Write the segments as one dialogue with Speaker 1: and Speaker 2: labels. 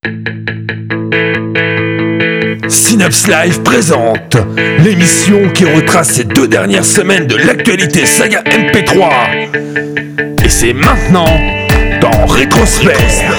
Speaker 1: Synapse Live présente l'émission qui retrace ces 2 dernières semaines de l'actualité saga MP3. Et c'est maintenant dans Rétrosphère.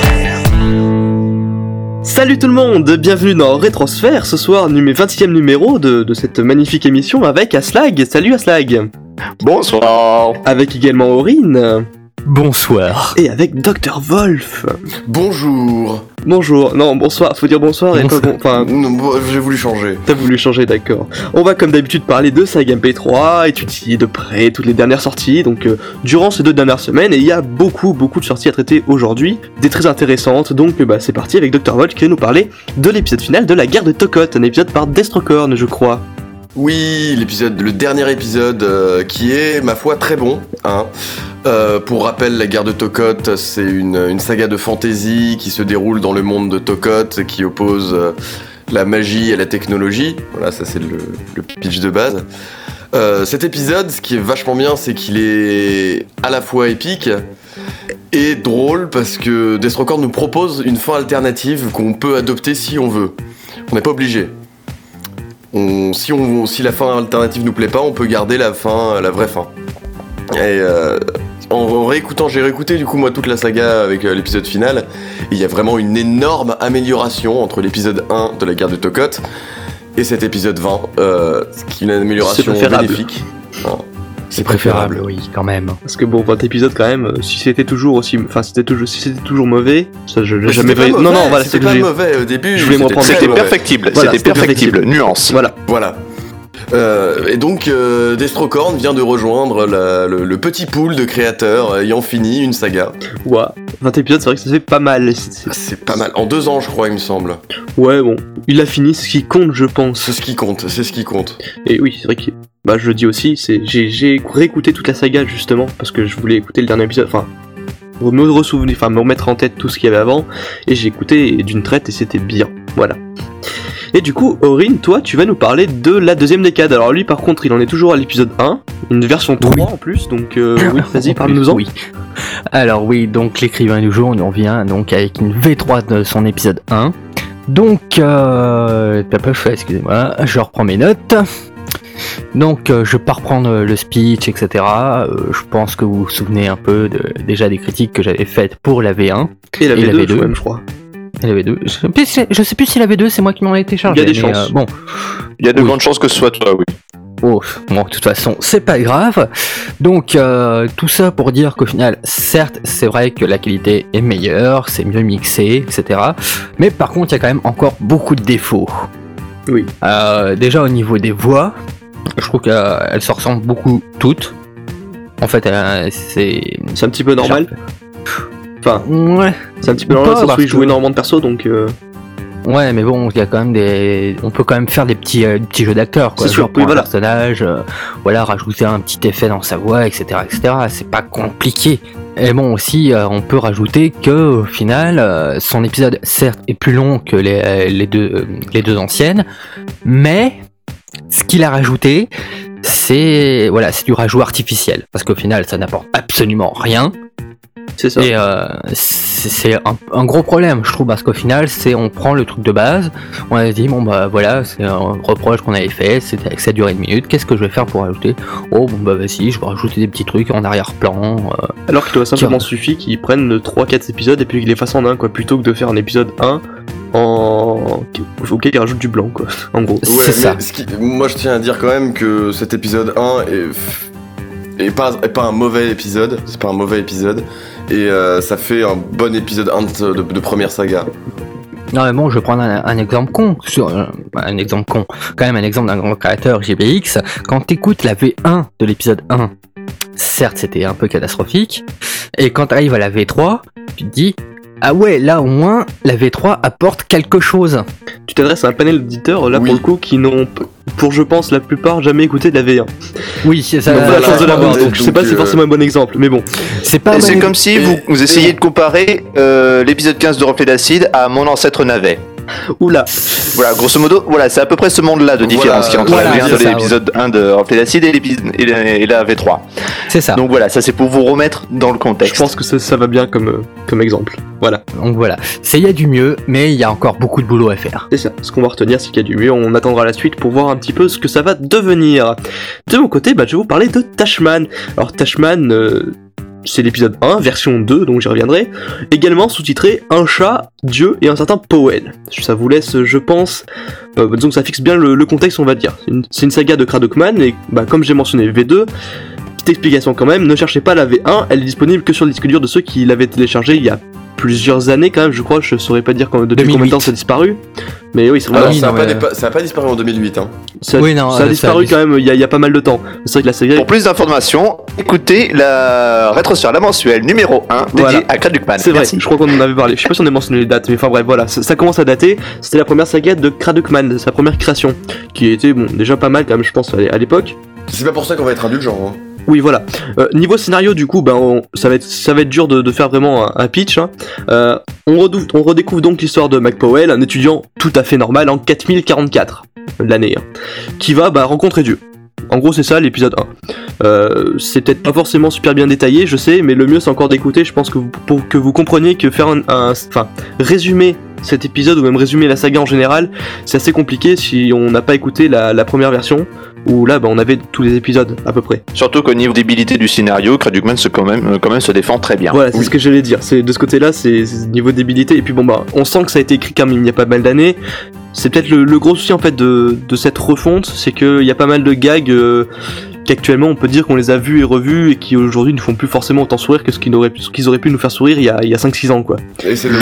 Speaker 2: Salut tout le monde, bienvenue dans Rétrosphère, ce soir 20e numéro de cette magnifique émission avec Aslag. Salut Aslag.
Speaker 3: Bonsoir.
Speaker 2: Avec également Aurine.
Speaker 4: Bonsoir.
Speaker 2: Et avec Dr Wolf.
Speaker 3: Bonjour.
Speaker 2: Bonjour, non bonsoir, faut dire bonsoir et pas bon, enfin...
Speaker 3: Non, j'ai voulu changer.
Speaker 2: T'as voulu changer, d'accord. On va comme d'habitude parler de saga MP3, étudier de près toutes les dernières sorties, donc durant ces 2 dernières semaines, et il y a beaucoup de sorties à traiter aujourd'hui, des très intéressantes, donc c'est parti avec Dr Wolf qui va nous parler de l'épisode final de la guerre de Tokot, un épisode par Destrocorn je crois.
Speaker 3: Oui, le dernier épisode qui est, ma foi, très bon, hein. Pour rappel, la guerre de Tokot, c'est une saga de fantasy qui se déroule dans le monde de Tokot, qui oppose la magie à la technologie. Voilà, ça c'est le pitch de base. Cet épisode, ce qui est vachement bien, c'est qu'il est à la fois épique et drôle, parce que Destrocorn nous propose une fin alternative qu'on peut adopter si on veut. On n'est pas obligé. Si la fin alternative nous plaît pas, on peut garder la vraie fin. Et en réécoutant, j'ai réécouté du coup moi toute la saga avec l'épisode final, et il y a vraiment une énorme amélioration entre l'épisode 1 de la guerre de Tokot et cet épisode 20, qui est une amélioration bénéfique.
Speaker 4: C'est préférable, oui, quand même.
Speaker 2: Parce que bon, votre épisode quand même, si c'était toujours mauvais, ça je l'ai jamais vu.
Speaker 3: Non, voilà, c'était pas mauvais au début.
Speaker 2: Je voulais me reprendre.
Speaker 3: C'était perfectible.
Speaker 2: Voilà,
Speaker 3: c'était perfectible. Nuance.
Speaker 2: Voilà.
Speaker 3: Et donc, Destrocorn vient de rejoindre le petit pool de créateurs ayant fini une saga.
Speaker 2: Ouais. 20 épisodes, c'est vrai que ça fait pas mal.
Speaker 3: C'est pas mal. En 2 ans, je crois, il me semble.
Speaker 2: Ouais, bon. Il a fini, c'est ce qui compte, je pense.
Speaker 3: C'est ce qui compte.
Speaker 2: Et oui, c'est vrai que... je le dis aussi, j'ai réécouté toute la saga, justement, parce que je voulais écouter le dernier épisode, me remettre en tête tout ce qu'il y avait avant, et j'ai écouté d'une traite, et c'était bien. Voilà. Et du coup, Aurine, toi, tu vas nous parler de la 2e décade. Alors lui, par contre, il en est toujours à l'épisode 1, une version 3 en plus, donc oui, vas-y, parle-nous-en.
Speaker 4: Oui. Alors oui, donc l'écrivain du jour, on en vient donc avec une V3 de son épisode 1. Donc, excusez-moi, je reprends mes notes. Donc, je vais pas reprendre le speech, etc. Je pense que vous vous souvenez un peu déjà des critiques que j'avais faites pour la V1
Speaker 2: et la V2 même, je crois.
Speaker 4: Et la V2. Je sais plus si la V2 c'est moi qui m'en ai été chargé.
Speaker 2: Il y a des chances.
Speaker 4: Bon.
Speaker 3: Il y a de grandes chances que ce soit toi, oui.
Speaker 4: Oh, bon, de toute façon, c'est pas grave. Donc, tout ça pour dire qu'au final, certes, c'est vrai que la qualité est meilleure, c'est mieux mixé, etc. Mais par contre, il y a quand même encore beaucoup de défauts.
Speaker 2: Oui.
Speaker 4: Déjà au niveau des voix, je trouve qu'elles se ressemblent beaucoup toutes. En fait, c'est
Speaker 2: un petit peu normal. Enfin,
Speaker 4: ouais.
Speaker 2: C'est un petit peu normal, parce qu'il joue énormément de persos, donc...
Speaker 4: Ouais, mais bon, il y a quand même on peut quand même faire des petits jeux d'acteurs, quoi.
Speaker 2: C'est sûr,
Speaker 4: pour un personnage, rajouter un petit effet dans sa voix, etc., etc. C'est pas compliqué. Et bon, aussi, on peut rajouter que au final, son épisode, certes, est plus long que les deux anciennes, mais ce qu'il a rajouté, c'est du rajout artificiel, parce qu'au final, ça n'apporte absolument rien.
Speaker 2: C'est ça.
Speaker 4: Et c'est un gros problème, je trouve, parce qu'au final, on prend le truc de base, on a dit, c'est un reproche qu'on avait fait, c'était que ça durait 1 minute, qu'est-ce que je vais faire pour ajouter ? Oh, vas-y, je vais rajouter des petits trucs en arrière-plan.
Speaker 2: Alors qu'il aurait simplement suffi qu'ils prennent 3-4 épisodes et puis qu'ils les fassent en un, quoi, plutôt que de faire un épisode 1 auquel ils rajoutent du blanc, quoi, en gros.
Speaker 3: Ouais,
Speaker 4: c'est ça.
Speaker 3: Moi, je tiens à dire quand même que cet épisode 1 est pas un mauvais épisode, c'est pas un mauvais épisode, et ça fait un bon épisode 1 de première saga.
Speaker 4: Non mais bon, je vais prendre un exemple con, un exemple d'un grand créateur, GBX. Quand t'écoutes la V1 de l'épisode 1, certes c'était un peu catastrophique, et quand t'arrives à la V3, tu te dis, ah ouais, là au moins, la V3 apporte quelque chose.
Speaker 2: Tu t'adresses à un panel d'auditeurs, là
Speaker 3: oui.
Speaker 2: Pour le coup, qui n'ont, pour je pense, la plupart jamais écouté de la V1.
Speaker 4: Oui, c'est ça.
Speaker 2: Donc, la chance de l'avoir, donc je sais pas si c'est forcément un bon exemple, mais bon.
Speaker 5: C'est comme si vous essayez de comparer l'épisode 15 de Reflet d'Acide à Mon Ancêtre Navet.
Speaker 2: Oula.
Speaker 5: Voilà, grosso modo, voilà, c'est à peu près ce monde-là de différence qui est entre
Speaker 4: voilà,
Speaker 5: la V1
Speaker 4: c'est
Speaker 5: de
Speaker 4: ça,
Speaker 5: l'épisode 1 de Reflet d'Acide et la V3.
Speaker 4: C'est ça.
Speaker 5: Donc voilà, ça c'est pour vous remettre dans le
Speaker 2: Je
Speaker 5: contexte.
Speaker 2: pense que ça va bien comme exemple. Voilà.
Speaker 4: Donc voilà, il y a du mieux, mais il y a encore beaucoup de boulot à faire.
Speaker 2: C'est ça. Ce qu'on va retenir, c'est qu'il y a du mieux. On attendra la suite pour voir un petit peu ce que ça va devenir. De mon côté, je vais vous parler de Tashman. Alors Tashman, c'est l'épisode 1, version 2, donc j'y reviendrai. Également sous-titré Un chat, Dieu et un certain Powell. Ça vous laisse, je pense, disons que ça fixe bien le contexte, on va dire. C'est une saga de Kradokman, et comme j'ai mentionné V2, petite explication quand même, ne cherchez pas la V1, elle est disponible que sur le disque dur de ceux qui l'avaient téléchargé il y a plusieurs années quand même, je crois, je saurais pas dire depuis combien de temps ça a disparu. Mais oui, c'est vrai.
Speaker 3: Alors,
Speaker 4: oui,
Speaker 3: ça a pas disparu en 2008. Hein.
Speaker 2: Ça
Speaker 4: ça
Speaker 2: a disparu quand même il y a pas mal de temps. C'est vrai que la saga...
Speaker 5: Pour plus d'informations, écoutez la rétrosphère, la mensuelle numéro 1 dédiée
Speaker 2: Voilà.
Speaker 5: à Kradukman.
Speaker 2: C'est vrai, je crois qu'on en avait parlé. Je sais pas si on a mentionné les dates, mais enfin bref, voilà, ça commence à dater. C'était la première saga de Kradukman, sa première création, qui était déjà pas mal quand même, je pense, à l'époque.
Speaker 3: C'est pas pour ça qu'on va être indulgent. Hein.
Speaker 2: Oui, voilà. Niveau scénario, du coup, ça va être dur de faire vraiment un pitch. Hein. On redécouvre donc l'histoire de Mac Powell, un étudiant tout à fait normal en 4044 l'année, hein, qui va rencontrer Dieu. En gros, c'est ça l'épisode 1. C'est peut-être pas forcément super bien détaillé, je sais, mais le mieux c'est encore d'écouter. Je pense que pour que vous compreniez que faire résumer cet épisode ou même résumer la saga en général, c'est assez compliqué si on n'a pas écouté la première version, où là on avait tous les épisodes à peu près.
Speaker 5: Surtout qu'au niveau débilité du scénario, Kradukman quand même se défend très bien.
Speaker 2: Voilà, c'est ce que j'allais dire. C'est de ce côté-là, c'est niveau débilité. Et puis on sent que ça a été écrit comme il y a pas mal d'années. C'est peut-être le gros souci en fait de cette refonte, c'est qu'il y a pas mal de gags qu'actuellement on peut dire qu'on les a vus et revus et qui aujourd'hui ne font plus forcément autant sourire que ce qu'ils auraient pu nous faire sourire il y a 5-6 ans quoi.
Speaker 3: Et c'est le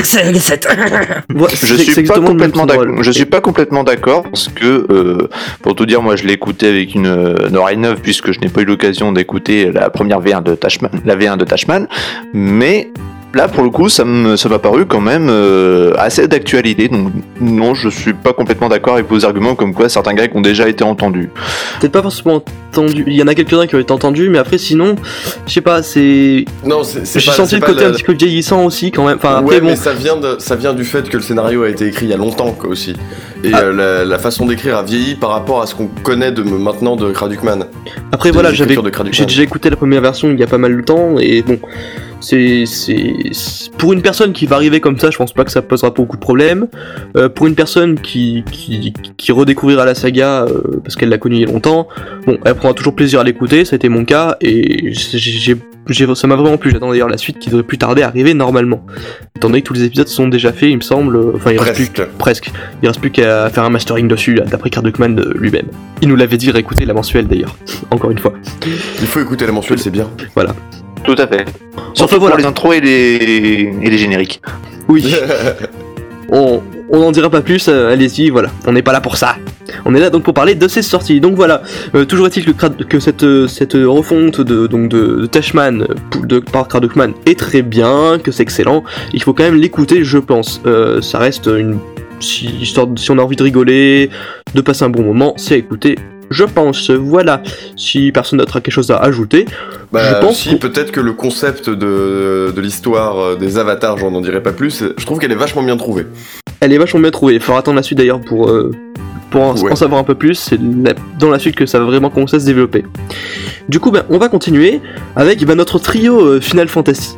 Speaker 5: Je suis pas complètement d'accord parce que pour tout dire, moi je l'ai écouté avec une oreille neuve puisque je n'ai pas eu l'occasion d'écouter la première V1 de Tashman, mais là, pour le coup, ça m'a paru quand même assez d'actualité. Donc, non, je suis pas complètement d'accord avec vos arguments comme quoi certains gags ont déjà été entendus.
Speaker 2: Peut-être pas forcément entendu. Il y en a quelques-uns qui ont été entendus, mais après, sinon, je sais pas, c'est.
Speaker 3: Non, c'est
Speaker 2: j'ai senti le côté un petit peu vieillissant aussi quand même. Enfin, après,
Speaker 3: ouais, mais ça vient du fait que le scénario a été écrit il y a longtemps quoi, aussi. Et la façon d'écrire a vieilli par rapport à ce qu'on connaît maintenant de Kradukman.
Speaker 2: Après, voilà, j'ai déjà écouté la première version il y a pas mal de temps, et bon. C'est pour une personne qui va arriver comme ça, je pense pas que ça posera beaucoup de problèmes. Pour une personne qui redécouvrira la saga parce qu'elle l'a connue il y a longtemps, elle prendra toujours plaisir à l'écouter. Ça a été mon cas et ça m'a vraiment plu. J'attends d'ailleurs la suite qui devrait plus tarder à arriver normalement. Étant donné que tous les épisodes sont déjà faits, il me semble. Enfin, il reste plus qu'à faire un mastering dessus, d'après Kradukman lui-même. Il nous l'avait dit, réécouter la mensuelle d'ailleurs. Encore une fois.
Speaker 3: Il faut écouter la mensuelle, c'est bien.
Speaker 2: Voilà.
Speaker 5: Tout à fait. Surtout pour les intros et les génériques.
Speaker 2: Oui. On n'en dira pas plus, allez-y, voilà. On n'est pas là pour ça. On est là donc pour parler de ces sorties. Donc voilà, toujours est-il que cette refonte de Tashman par Kradukman est très bien, que c'est excellent. Il faut quand même l'écouter, je pense. Ça reste si on a envie de rigoler, de passer un bon moment, c'est à écouter. Je pense, voilà. Si personne d'autre a quelque chose à ajouter, je pense.
Speaker 3: Si, peut-être que le concept de l'histoire des avatars, j'en dirai pas plus, je trouve qu'elle est vachement bien trouvée.
Speaker 2: Elle est vachement bien trouvée. Il faudra attendre la suite d'ailleurs pour en savoir un peu plus. C'est dans la suite que ça va vraiment commencer à se développer. Du coup, on va continuer avec notre trio Final Fantasy,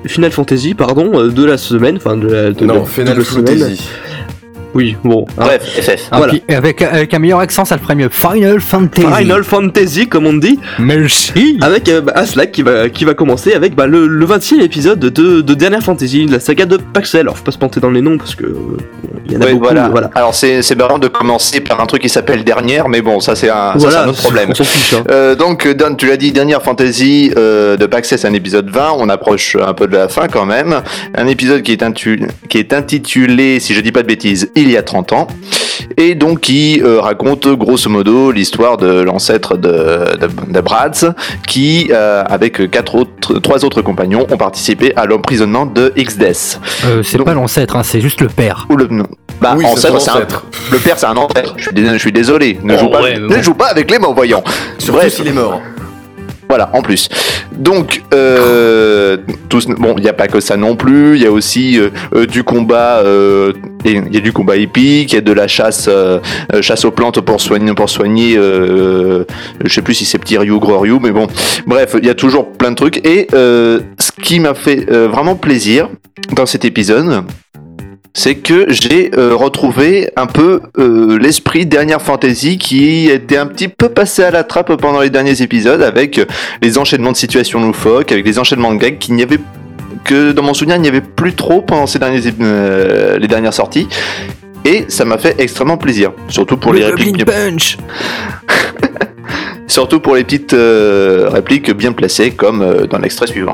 Speaker 2: de la semaine. Enfin,
Speaker 3: Final Fantasy.
Speaker 2: Oui, bon.
Speaker 5: Bref, FF.
Speaker 2: Voilà.
Speaker 4: Puis avec un meilleur accent, ça le ferait mieux. Final Fantasy.
Speaker 2: Final Fantasy, comme on dit.
Speaker 4: Merci.
Speaker 2: Avec Aslak qui va commencer avec le 20e épisode de Dernière Fantasy, la saga de Paxel. Alors, faut pas se planter dans les noms parce que il y en a beaucoup. Voilà.
Speaker 5: Alors, c'est marrant de commencer par un truc qui s'appelle Dernière, mais bon, ça c'est un autre problème.
Speaker 2: On s'en fiche. Hein.
Speaker 5: Donc, Don, tu l'as dit, Dernière Fantasy de Paxel, c'est un épisode 20. On approche un peu de la fin quand même. Un épisode qui est intitulé, si je dis pas de bêtises, il y a 30 ans, et donc qui raconte grosso modo l'histoire de l'ancêtre de Bradz, qui avec trois autres compagnons ont participé à l'emprisonnement de Xdes.
Speaker 4: C'est donc, pas l'ancêtre, hein, c'est juste le père.
Speaker 5: Ou
Speaker 3: oui,
Speaker 5: ancêtre, le père c'est un ancêtre. Je suis désolé, ne joue pas avec les mots, voyons.
Speaker 3: Surtout s'il est mort.
Speaker 5: Voilà, en plus. Donc, bon, il n'y a pas que ça non plus. Il y a aussi du combat. Il y a du combat épique. Il y a de la chasse aux plantes pour soigner. Je sais plus si c'est petit Ryu ou gros Ryu, mais bon. Bref, il y a toujours plein de trucs. Et ce qui m'a fait vraiment plaisir dans cet épisode, c'est que j'ai retrouvé un peu l'esprit Dernière Fantasy qui était un petit peu passé à la trappe pendant les derniers épisodes, avec les enchaînements de situations loufoques, avec les enchaînements de gags que dans mon souvenir il n'y avait plus trop pendant les dernières sorties, et ça m'a fait extrêmement plaisir, surtout pour les répliques
Speaker 4: punch.
Speaker 5: surtout pour les petites répliques bien placées comme dans l'extrait suivant.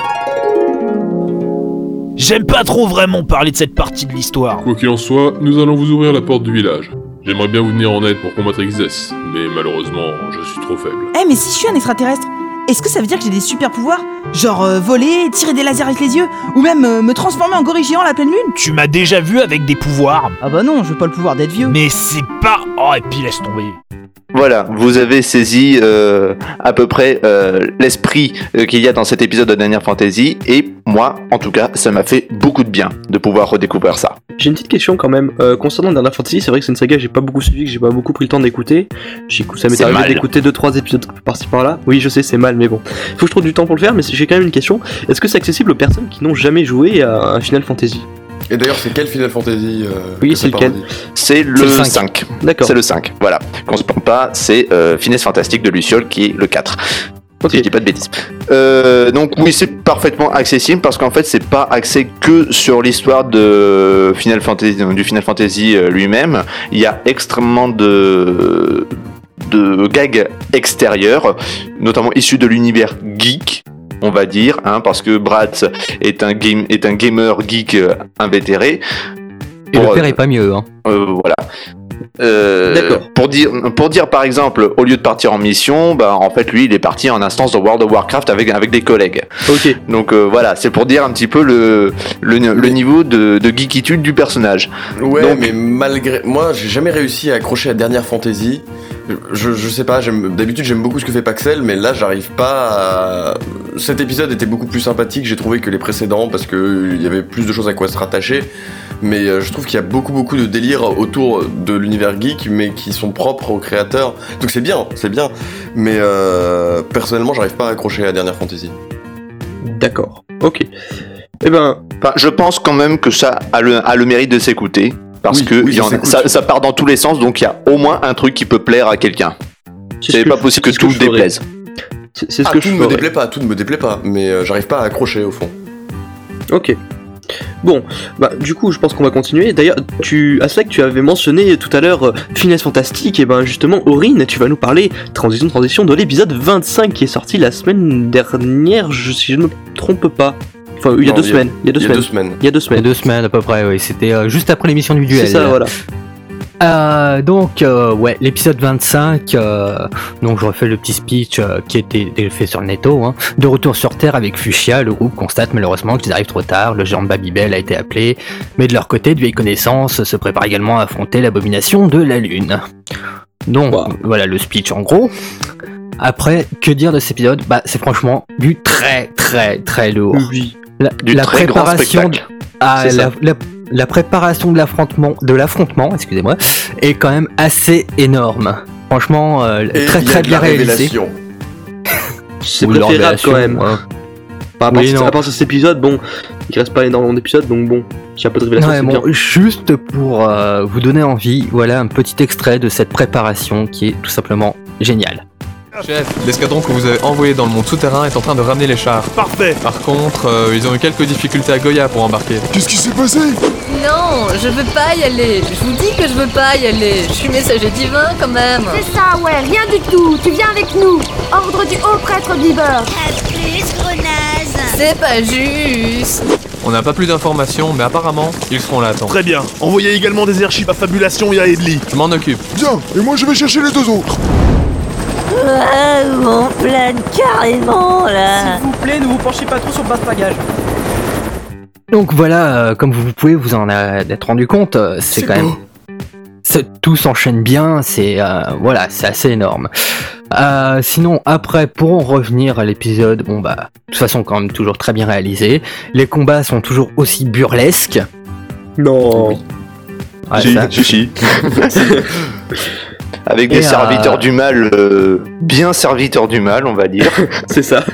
Speaker 6: J'aime pas trop vraiment parler de cette partie de l'histoire.
Speaker 7: Quoi qu'il en soit, nous allons vous ouvrir la porte du village. J'aimerais bien vous venir en aide pour combattre Xes, mais malheureusement, je suis trop faible.
Speaker 8: Mais si je suis un extraterrestre, est-ce que ça veut dire que j'ai des super pouvoirs ? Genre voler, tirer des lasers avec les yeux, ou même me transformer en gorille géant à la pleine lune ?
Speaker 6: Tu m'as déjà vu avec des pouvoirs.
Speaker 8: Ah bah non, je veux pas le pouvoir d'être vieux.
Speaker 6: Mais c'est pas... Oh, et puis laisse tomber.
Speaker 5: Voilà, vous avez saisi à peu près l'esprit qu'il y a dans cet épisode de Dernière Fantasy, et moi, en tout cas, ça m'a fait beaucoup de bien de pouvoir redécouvrir ça.
Speaker 2: J'ai une petite question quand même. Concernant Dernière Fantasy, c'est vrai que c'est une saga que j'ai pas beaucoup suivi, que j'ai pas beaucoup pris le temps d'écouter. Ça m'est arrivé d'écouter 2-3 épisodes par-ci par-là. Oui, je sais, c'est mal, mais bon. Faut que je trouve du temps pour le faire, mais j'ai quand même une question. Est-ce que c'est accessible aux personnes qui n'ont jamais joué à un Final Fantasy ?
Speaker 3: Et d'ailleurs, c'est quel Final Fantasy
Speaker 2: Oui, c'est lequel ?
Speaker 5: C'est le 5.
Speaker 2: D'accord.
Speaker 5: C'est le 5, voilà. Qu'on se trompe pas, c'est Finesse Fantastique de Luciole qui est le 4. Si je dis pas de bêtises. Donc oui, c'est parfaitement accessible parce qu'en fait, c'est pas axé que sur l'histoire du Final Fantasy lui-même. Il y a extrêmement de gags extérieurs, notamment issus de l'univers geek, on va dire, parce que Bratz est un gamer geek invétéré.
Speaker 4: Et le père est pas mieux,
Speaker 5: Voilà.
Speaker 2: D'accord.
Speaker 5: Pour dire par exemple, au lieu de partir en mission, en fait lui il est parti en instance de World of Warcraft avec des collègues.
Speaker 2: Ok.
Speaker 5: Donc voilà, c'est pour dire un petit peu le niveau de geekitude du personnage.
Speaker 3: Ouais,
Speaker 5: donc,
Speaker 3: mais malgré... Moi, j'ai jamais réussi à accrocher à Dernière Fantasy. Je sais pas, d'habitude j'aime beaucoup ce que fait Paxel, mais là j'arrive pas à... Cet épisode était beaucoup plus sympathique, j'ai trouvé, que les précédents, parce qu'il y avait plus de choses à quoi se rattacher. Mais je trouve qu'il y a beaucoup de délire autour de l'univers geek, mais qui sont propres aux créateurs. Donc c'est bien. Mais personnellement, j'arrive pas à accrocher à Dernière Fantasy.
Speaker 2: D'accord. Ok.
Speaker 5: Je pense quand même que ça a le mérite de s'écouter. Parce que ça part dans tous les sens, donc il y a au moins un truc qui peut plaire à quelqu'un. C'est pas possible que tout me déplaise.
Speaker 2: C'est ce que
Speaker 3: tout ne me déplaît pas, mais j'arrive pas à accrocher au fond.
Speaker 2: Ok. Bon, du coup, je pense qu'on va continuer. D'ailleurs, Aslak, tu avais mentionné tout à l'heure Finesse Fantastique, et justement, Aurine, tu vas nous parler transition de l'épisode 25 qui est sorti la semaine dernière, si je ne me trompe pas. Enfin, il y a 2 semaines. Il y a 2 semaines.
Speaker 4: Il y a 2 semaines à peu près, oui. C'était juste après l'émission du duel.
Speaker 2: C'est ça, voilà.
Speaker 4: Donc, l'épisode 25, donc je refais le petit speech qui était fait sur le netto. De retour sur Terre avec Fuchsia, le groupe constate malheureusement qu'ils arrivent trop tard. Le géant de Babybel a été appelé, mais de leur côté, de vieilles connaissances se préparent également à affronter l'abomination de la Lune. Donc, voilà le speech en gros. Après, que dire de cet épisode ? C'est franchement du très lourd.
Speaker 2: Oui.
Speaker 4: La préparation, la préparation de l'affrontement, excusez-moi, est quand même assez énorme. Franchement, très bien réalisé.
Speaker 2: C'est préférable quand même. À part cet épisode, il reste pas énormément d'épisodes, donc j'ai un peu de révélation.
Speaker 4: Ouais, bien. Juste pour vous donner envie, voilà un petit extrait de cette préparation qui est tout simplement géniale.
Speaker 9: Chef, l'escadron que vous avez envoyé dans le monde souterrain est en train de ramener les chars.
Speaker 6: Parfait.
Speaker 9: Par contre, ils ont eu quelques difficultés à Goya pour embarquer.
Speaker 10: Qu'est-ce qui s'est passé ?
Speaker 11: Non, je veux pas y aller. Je vous dis que je veux pas y aller. Je suis messager divin quand même.
Speaker 12: C'est ça, ouais, rien du tout. Tu viens avec nous. Ordre du haut prêtre Bieber.
Speaker 11: Plus, grenasse. C'est pas juste.
Speaker 9: On n'a pas plus d'informations, mais apparemment, ils seront là à temps.
Speaker 6: Très bien. Envoyez également des airchips à Fabulation et à Edley.
Speaker 9: Je m'en occupe.
Speaker 10: Bien, et moi je vais chercher les 2 autres.
Speaker 11: On plane carrément là.
Speaker 8: S'il vous plaît, ne vous penchez pas trop sur le base-bagage.
Speaker 4: Donc voilà, comme vous pouvez vous en être rendu compte, c'est quand même tout s'enchaîne bien, c'est c'est assez énorme. Sinon, après, pour en revenir à l'épisode, de toute façon, quand même toujours très bien réalisé. Les combats sont toujours aussi burlesques.
Speaker 2: Non.
Speaker 3: Oui.
Speaker 5: Si. Avec des serviteurs du mal, bien serviteurs du mal, on va dire.
Speaker 2: C'est ça.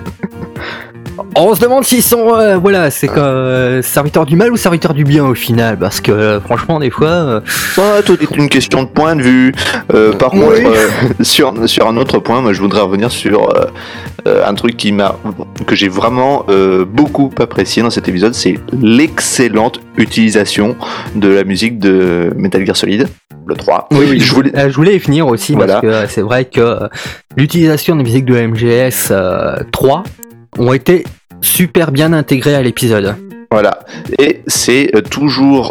Speaker 4: On se demande s'ils sont, c'est quoi, serviteurs du mal ou serviteurs du bien au final, parce que franchement, des fois.
Speaker 5: Tout est une question de point de vue. Par contre, sur un autre point, moi, je voudrais revenir sur un truc que j'ai vraiment beaucoup apprécié dans cet épisode, c'est l'excellente utilisation de la musique de Metal Gear Solid. Le 3.
Speaker 4: Oui, je voulais y venir aussi, parce que c'est vrai que l'utilisation des musiques de MGS 3 ont été super bien intégrées à l'épisode.
Speaker 5: Voilà, et c'est toujours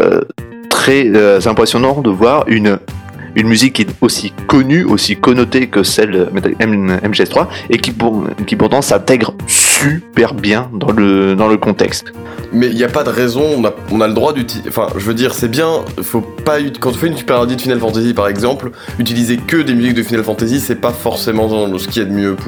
Speaker 5: très impressionnant de voir une musique qui est aussi connue, aussi connotée que celle de MGS3, et qui pourtant s'intègre super bien dans le contexte.
Speaker 3: Mais il n'y a pas de raison, on a le droit d'utiliser... Enfin, je veux dire, c'est bien, faut pas... Quand on fait une parodie de Final Fantasy, par exemple, utiliser que des musiques de Final Fantasy, c'est pas forcément ce qu'il y a de mieux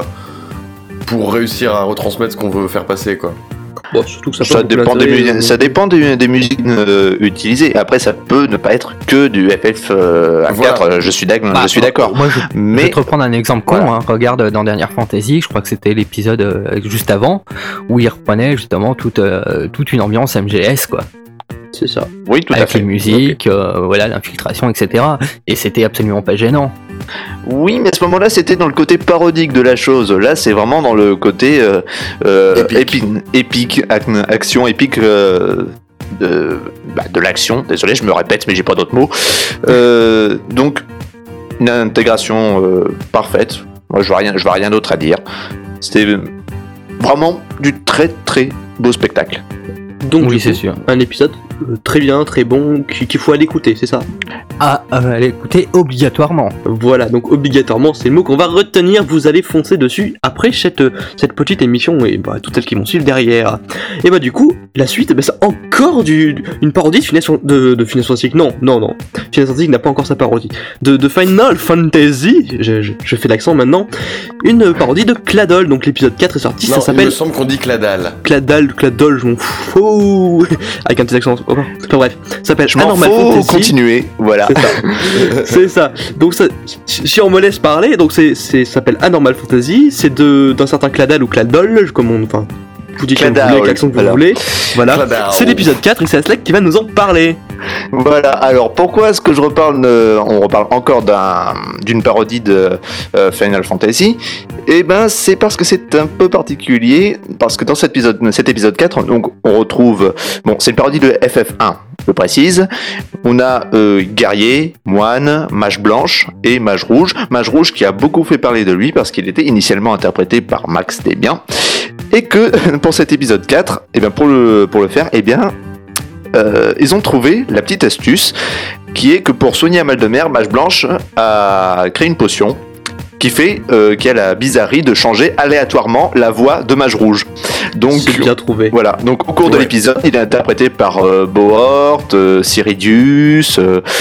Speaker 3: pour réussir à retransmettre ce qu'on veut faire passer, quoi.
Speaker 2: Bon, surtout que
Speaker 5: ça dépend des musiques utilisées. Après, ça peut ne pas être que du FF4. Je suis d'accord.
Speaker 4: Moi, je vais te reprendre un exemple con. Regarde dans Dernière Fantasy, je crois que c'était l'épisode juste avant, où il reprenait justement toute une ambiance MGS, quoi.
Speaker 2: C'est ça.
Speaker 5: Oui, tout à fait.
Speaker 4: Avec les musiques, l'infiltration, etc. Et c'était absolument pas gênant.
Speaker 5: Oui, mais à ce moment-là, c'était dans le côté parodique de la chose. Là, c'est vraiment dans le côté épique, action épique de l'action. Désolé, je me répète, mais j'ai pas d'autres mots. Donc, une intégration parfaite. Moi, je vois rien d'autre à dire. C'était vraiment du très très beau spectacle.
Speaker 2: Donc, oui, c'est sûr. Un épisode très bien, très bon, qu'il faut aller écouter, c'est ça ?
Speaker 4: Aller écouter obligatoirement.
Speaker 2: Voilà, donc obligatoirement, c'est le mot qu'on va retenir. Vous allez foncer dessus après cette petite émission et toutes celles qui vont suivre derrière. Et du coup, la suite, c'est encore une parodie de Final Fantasy. Non. Final Fantasy n'a pas encore sa parodie. De Final Fantasy, je fais l'accent maintenant. Une parodie de Claddol, donc l'épisode 4 est sorti.
Speaker 3: Non,
Speaker 2: ça s'appelle.
Speaker 3: Il me semble qu'on dit Claddal.
Speaker 2: Claddol, je m'en fous. Avec un petit accent. Enfin, bref, ça s'appelle Anormal Fantasy.
Speaker 5: Continuer, voilà.
Speaker 2: C'est ça. C'est ça. Donc si on me laisse parler, donc ça s'appelle Anormal Fantasy, c'est d'un certain Claddal ou Claddol, comme vous dites comme vous voulez, avec l'accent que vous voulez. Voilà. Claddal. C'est l'épisode 4 et c'est Aslak qui va nous en parler.
Speaker 5: Voilà, alors pourquoi est-ce que on reparle encore d'une parodie de Final Fantasy ? C'est parce que c'est un peu particulier, parce que dans cet épisode 4, donc on retrouve, c'est une parodie de FF1, je précise, on a guerrier, moine, mage blanche et mage rouge qui a beaucoup fait parler de lui parce qu'il était initialement interprété par Max Debian, et que pour cet épisode 4, pour le faire, ils ont trouvé la petite astuce qui est que pour soigner un mal de mer, Mage Blanche a créé une potion qui a la bizarrerie de changer aléatoirement la voix de Mage Rouge. Donc,
Speaker 2: c'est bien trouvé.
Speaker 5: Voilà, donc au cours de l'épisode, il est interprété par Bohort, Ciridius,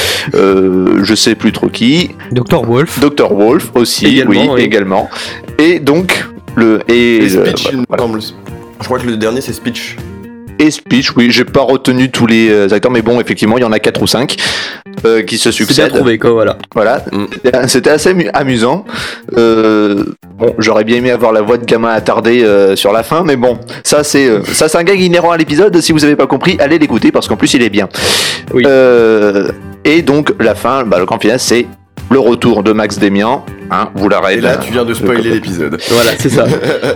Speaker 5: je sais plus trop qui.
Speaker 4: Dr.
Speaker 5: Wolf aussi, également. Et donc,
Speaker 3: Speech, je crois que le dernier c'est Speech.
Speaker 5: Et Speech, oui, j'ai pas retenu tous les acteurs, mais bon, effectivement, il y en a 4 ou 5 qui se succèdent.
Speaker 2: C'est bien trouvé, quoi,
Speaker 5: voilà. C'était assez amusant. J'aurais bien aimé avoir la voix de gamin attardé sur la fin, mais bon, ça c'est un gag inhérent à l'épisode. Si vous avez pas compris, allez l'écouter parce qu'en plus il est bien. Oui. Et donc la fin, le grand final, c'est le retour de Max Demian. Vous l'arrêtez.
Speaker 3: Et là, tu viens de spoiler l'épisode.
Speaker 2: Voilà, c'est ça.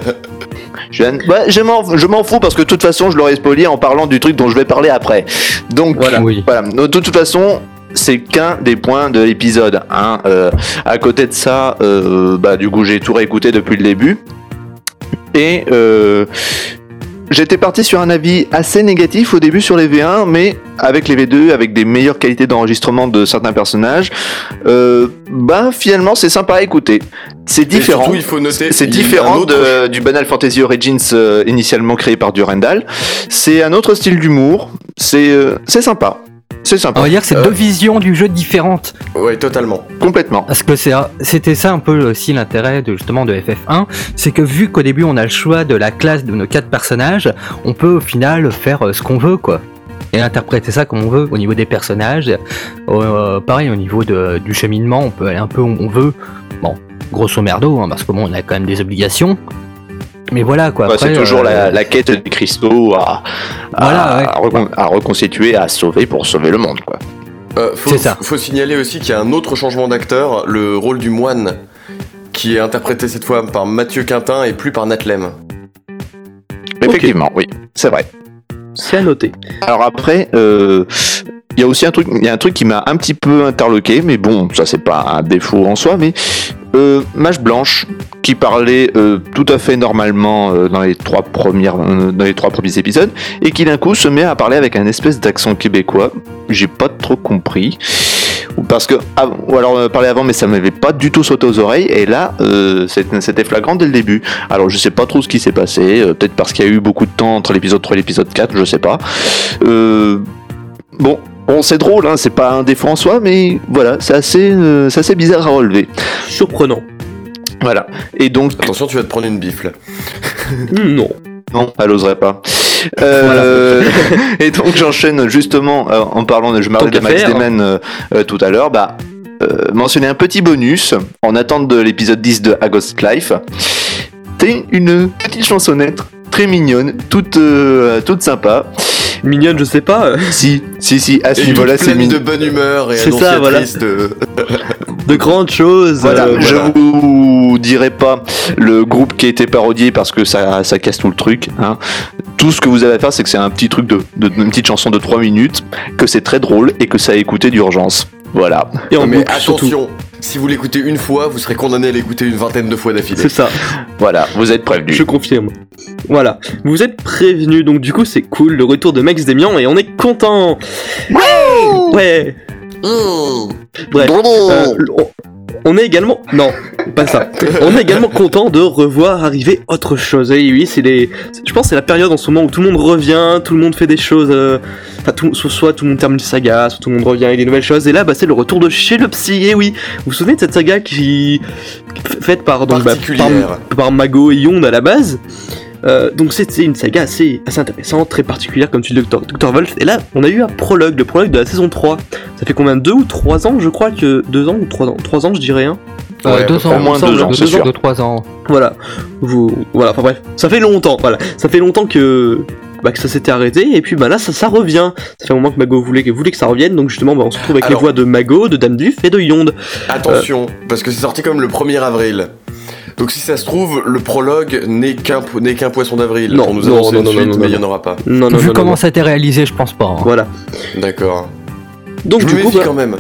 Speaker 5: Je m'en fous parce que de toute façon je l'aurais spoilé en parlant du truc dont je vais parler après. Donc voilà. De toute façon, c'est qu'un des points de l'épisode. À côté de ça, du coup j'ai tout réécouté depuis le début. Et j'étais parti sur un avis assez négatif au début sur les V1, mais avec les V2, avec des meilleures qualités d'enregistrement de certains personnages, finalement c'est sympa à écouter. C'est différent.
Speaker 3: Surtout, il faut noter,
Speaker 5: c'est différent du Final Fantasy Origins initialement créé par Durandal. C'est un autre style d'humour. C'est sympa. C'est sympa.
Speaker 4: On va dire que c'est deux visions du jeu différentes.
Speaker 3: Ouais, totalement.
Speaker 5: Complètement.
Speaker 4: Parce que c'était ça un peu aussi l'intérêt justement de FF1, c'est que vu qu'au début on a le choix de la classe de nos 4 personnages, on peut au final faire ce qu'on veut quoi. Et interpréter ça comme on veut au niveau des personnages. Pareil au niveau du cheminement, on peut aller un peu où on veut. Bon, grosso merdo, parce que bon, on a quand même des obligations. Mais voilà quoi. Après,
Speaker 5: c'est toujours la quête des cristaux à reconstituer, à sauver pour sauver le monde quoi.
Speaker 3: Faut signaler aussi qu'il y a un autre changement d'acteur, le rôle du moine, qui est interprété cette fois par Mathieu Quintin et plus par Natlem.
Speaker 5: Effectivement, oui, c'est vrai.
Speaker 2: C'est à noter.
Speaker 5: Alors après, il y a aussi un truc qui m'a un petit peu interloqué, mais bon, ça c'est pas un défaut en soi, mais Mage Blanche qui parlait tout à fait normalement dans les trois premiers épisodes et qui d'un coup se met à parler avec un espèce d'accent québécois. J'ai pas trop compris. Parce que, ou alors parler avant, mais ça m'avait pas du tout sauté aux oreilles, et là, c'était flagrant dès le début. Alors je sais pas trop ce qui s'est passé, peut-être parce qu'il y a eu beaucoup de temps entre l'épisode 3 et l'épisode 4, je sais pas. Bon, c'est drôle, hein, c'est pas un défaut en soi, mais voilà, c'est assez bizarre à relever.
Speaker 2: Surprenant.
Speaker 5: Voilà, et donc...
Speaker 3: Attention, tu vas te prendre une bifle.
Speaker 5: Non, elle oserait pas. Et donc j'enchaîne justement en parlant de... Je parlais de Max Demen tout à l'heure, mentionner un petit bonus en attente de l'épisode 10 de A Ghost Life. C'est une petite chansonnette très mignonne, toute sympa.
Speaker 2: Mignonne, je sais pas.
Speaker 5: Si, à ce niveau-là, c'est
Speaker 3: mignon. De bonne humeur et
Speaker 2: c'est ça, voilà. De grandes choses.
Speaker 5: Voilà, je vous dirai pas le groupe qui a été parodié parce que ça casse tout le truc. Hein. Tout ce que vous avez à faire, c'est que c'est un petit truc une petite chanson de 3 minutes, que c'est très drôle et que ça a écouté d'urgence. Voilà.
Speaker 3: Et mais attention, surtout. Si vous l'écoutez une fois, vous serez condamné à l'écouter une vingtaine de fois d'affilée.
Speaker 2: C'est ça.
Speaker 5: Voilà, vous êtes prévenus.
Speaker 2: Je confirme. Voilà, vous êtes prévenus, donc du coup c'est cool, le retour de Max Demian et on est content. Ouais. Bref, on est également... Non, pas ça. On est également content de revoir arriver autre chose. Et oui, je pense que c'est la période en ce moment où tout le monde revient, tout le monde fait des choses... soit tout le monde termine une saga, soit tout le monde revient avec des nouvelles choses. Et là, c'est le retour de chez le psy. Et oui, vous vous souvenez de cette saga faite par Mago et Yonde à la base. Donc c'était une saga assez intéressante, très particulière comme tu dis Dr. Wolf. Et là on a eu le prologue de la saison 3. Ça fait combien, 2 ou 3 ans je crois que... 2 ans ou 3 ans 3 ans je dirais hein.
Speaker 4: 2 ans,
Speaker 5: au moins 2 ans, c'est sûr.
Speaker 4: 3 ans.
Speaker 2: Voilà, enfin bref, ça fait longtemps, ça fait longtemps que ça s'était arrêté, et puis là ça revient. Ça fait un moment que Mago voulait que ça revienne, donc justement on se retrouve avec les voix de Mago, de Dame Duf et de Yonde.
Speaker 3: Attention, parce que c'est sorti comme le 1er avril. Donc si ça se trouve, le prologue n'est qu'un poisson d'avril.
Speaker 2: Non,
Speaker 3: pour nous annoncer une suite, mais il n'y en aura pas.
Speaker 4: Vu comment ça a été réalisé, je pense pas. Hein.
Speaker 2: Voilà.
Speaker 3: D'accord.
Speaker 2: Donc
Speaker 3: je me méfie quand même.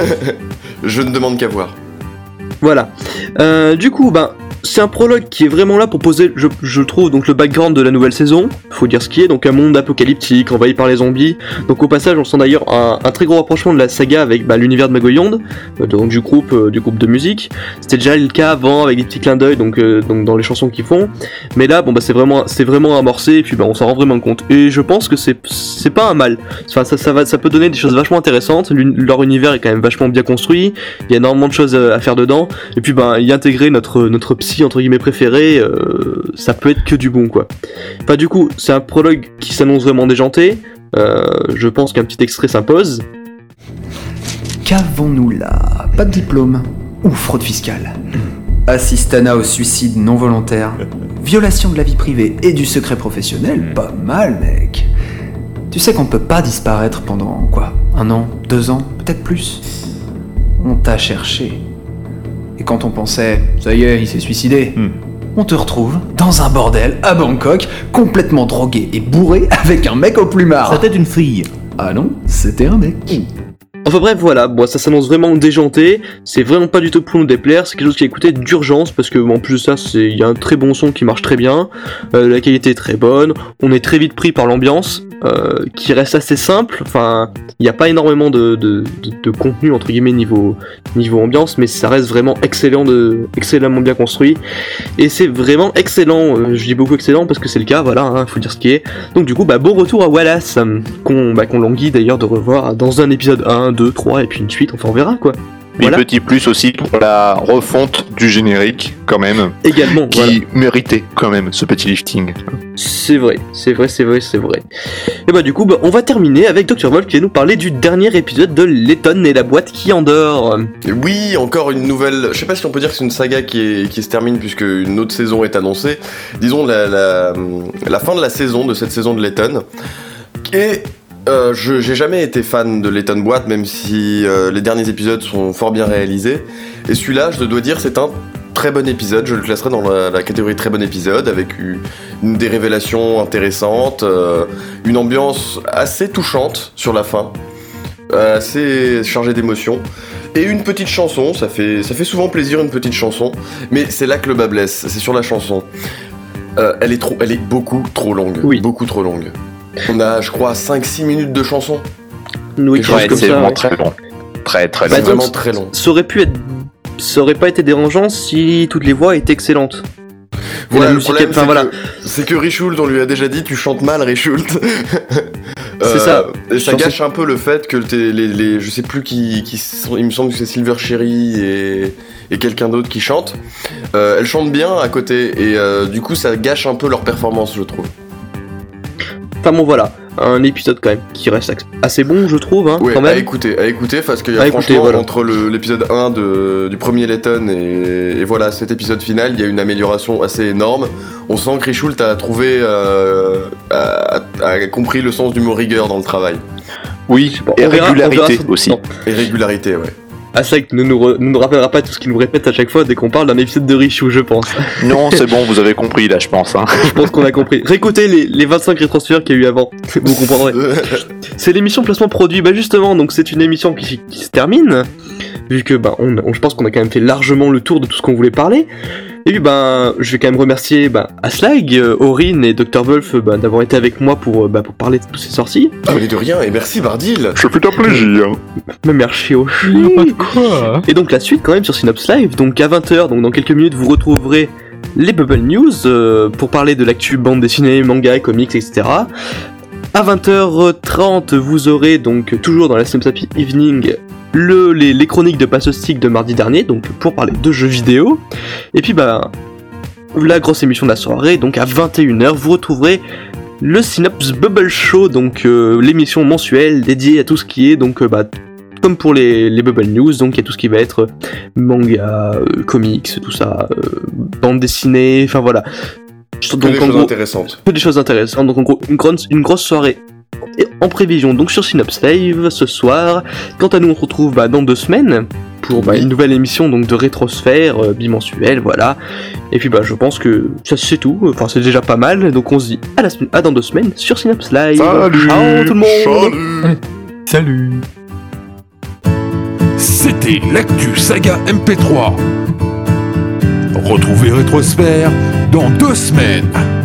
Speaker 3: Je ne demande qu'à voir.
Speaker 2: Voilà. Du coup, c'est un prologue qui est vraiment là pour poser, je trouve, donc le background de la nouvelle saison. Faut dire ce qui est, donc un monde apocalyptique, envahi par les zombies. Donc au passage, on sent d'ailleurs un très gros rapprochement de la saga avec l'univers de Mago Yonde, donc du groupe de musique. C'était déjà le cas avant avec des petits clins d'œil, donc dans les chansons qu'ils font. Mais là, c'est vraiment amorcé, et puis on s'en rend vraiment compte. Et je pense que c'est pas un mal. Enfin, ça peut donner des choses vachement intéressantes. Leur univers est quand même vachement bien construit. Il y a énormément de choses à faire dedans. Et puis y intégrer notre psy entre guillemets préféré, ça peut être que du bon quoi. Enfin du coup c'est un prologue qui s'annonce vraiment déjanté. Je pense qu'un petit extrait s'impose.
Speaker 13: Qu'avons-nous là? Pas de diplôme ou fraude fiscale, assistanat au suicide non volontaire, violation de la vie privée et du secret professionnel. Pas mal mec. Tu sais qu'on peut pas disparaître pendant quoi, 1 an, 2 ans, peut-être plus. On t'a cherché. Et quand on pensait, ça y est, il s'est suicidé, on te retrouve dans un bordel à Bangkok, complètement drogué et bourré avec un mec au plumard.
Speaker 6: C'était une fille.
Speaker 13: Ah non, c'était un mec.
Speaker 2: Enfin bref, voilà, bon, ça s'annonce vraiment déjanté, c'est vraiment pas du tout pour nous déplaire, c'est quelque chose qui est écouté d'urgence, parce que en plus de ça, il y a un très bon son qui marche très bien, la qualité est très bonne, on est très vite pris par l'ambiance, qui reste assez simple, enfin, il n'y a pas énormément de contenu, entre guillemets, niveau ambiance, mais ça reste vraiment excellemment bien construit, et c'est vraiment excellent, je dis beaucoup excellent parce que c'est le cas, voilà, hein, faut dire ce qui est. Donc du coup, bon retour à Wallace, qu'on languit d'ailleurs de revoir dans un épisode 1, 2, 3, et puis une suite, enfin on verra quoi.
Speaker 5: Voilà. Et petit plus aussi pour la refonte du générique, quand même.
Speaker 2: Également,
Speaker 5: qui méritait quand même ce petit lifting.
Speaker 2: C'est vrai. Et du coup, on va terminer avec Dr. Wolf qui va nous parler du dernier épisode de Letton et la boîte qui endort.
Speaker 3: Oui, encore une nouvelle. Je sais pas si on peut dire que c'est une saga qui se termine puisque une autre saison est annoncée. Disons la fin de la saison, de cette saison de Letton. Et j'ai jamais été fan de Letton Boîte, même si les derniers épisodes sont fort bien réalisés. Et celui-là, je dois dire, c'est un très bon épisode. Je le classerai dans la catégorie très bon épisode, avec des révélations intéressantes, une ambiance assez touchante sur la fin, assez chargée d'émotions. Et une petite chanson, ça fait souvent plaisir une petite chanson, mais c'est là que le bas blesse, c'est sur la chanson. Elle est beaucoup trop longue, beaucoup trop longue. On a, je crois, 5-6 minutes de chanson.
Speaker 5: Oui, c'est vraiment très long. Très long.
Speaker 3: C'est vraiment très long.
Speaker 2: Ça aurait pas été dérangeant si toutes les voix étaient excellentes.
Speaker 3: Voilà, le problème, c'est que Richult, on lui a déjà dit, tu chantes mal, Richult.
Speaker 2: C'est ça.
Speaker 3: Et ça gâche un peu le fait que je sais plus qui sont, il me semble que c'est Silver Cherry et quelqu'un d'autre qui chante. Elles chantent bien à côté, et du coup, ça gâche un peu leur performance, je trouve.
Speaker 2: Enfin bon, voilà, un épisode quand même qui reste assez bon, je trouve, hein,
Speaker 3: ouais,
Speaker 2: quand même.
Speaker 3: À écouter, parce qu'il y a franchement, entre l'épisode 1 du premier Letton et voilà, cet épisode final, il y a une amélioration assez énorme. On sent que Richult a trouvé, a compris le sens du mot rigueur dans le travail.
Speaker 5: Oui, et régularité aussi.
Speaker 3: Et régularité, ouais.
Speaker 2: Ah, c'est vrai que nous rappellera pas tout ce qu'il nous répète à chaque fois dès qu'on parle d'un épisode de Richou, je pense.
Speaker 5: Non, c'est bon, vous avez compris là, je pense. Hein.
Speaker 2: Je pense qu'on a compris. Réécoutez les 25 rétransféreurs qu'il y a eu avant, vous comprendrez. C'est l'émission Placement Produit, justement, donc c'est une émission qui se termine, vu que je pense qu'on a quand même fait largement le tour de tout ce qu'on voulait parler. Et puis je vais quand même remercier Aslag, Aurine et Dr. Wolf d'avoir été avec moi pour parler de toutes ces sorties.
Speaker 3: Ah mais de rien, et merci Bardil.
Speaker 5: Ça fait un plaisir.
Speaker 2: Mais merci aussi. Quoi. Et donc la suite quand même sur Synops Live, donc à 20h, donc dans quelques minutes vous retrouverez les Bubble News pour parler de l'actu bande dessinée, manga, comics, etc. À 20h30 vous aurez donc toujours dans la Synops Happy Evening les chroniques de Passostic de mardi dernier, donc pour parler de jeux vidéo. Et puis la grosse émission de la soirée, donc à 21h, vous retrouverez le Synops Bubble Show, donc l'émission mensuelle dédiée à tout ce qui est, donc comme pour les Bubble News, donc il y a tout ce qui va être manga, comics, tout ça, bande dessinée, enfin voilà.
Speaker 3: Donc,
Speaker 2: des choses intéressantes, donc en gros une grosse soirée en prévision donc sur Synops Live ce soir. Quant à nous, on se retrouve dans 2 semaines pour une nouvelle émission donc de Rétrosphère bimensuelle, voilà. Et puis je pense que ça c'est tout, enfin c'est déjà pas mal, donc on se dit à dans 2 semaines sur Synops Live.
Speaker 5: Salut.
Speaker 2: Ciao tout le monde.
Speaker 6: Salut.
Speaker 1: C'était l'actu saga MP3. Retrouvez Rétrosphère dans 2 semaines.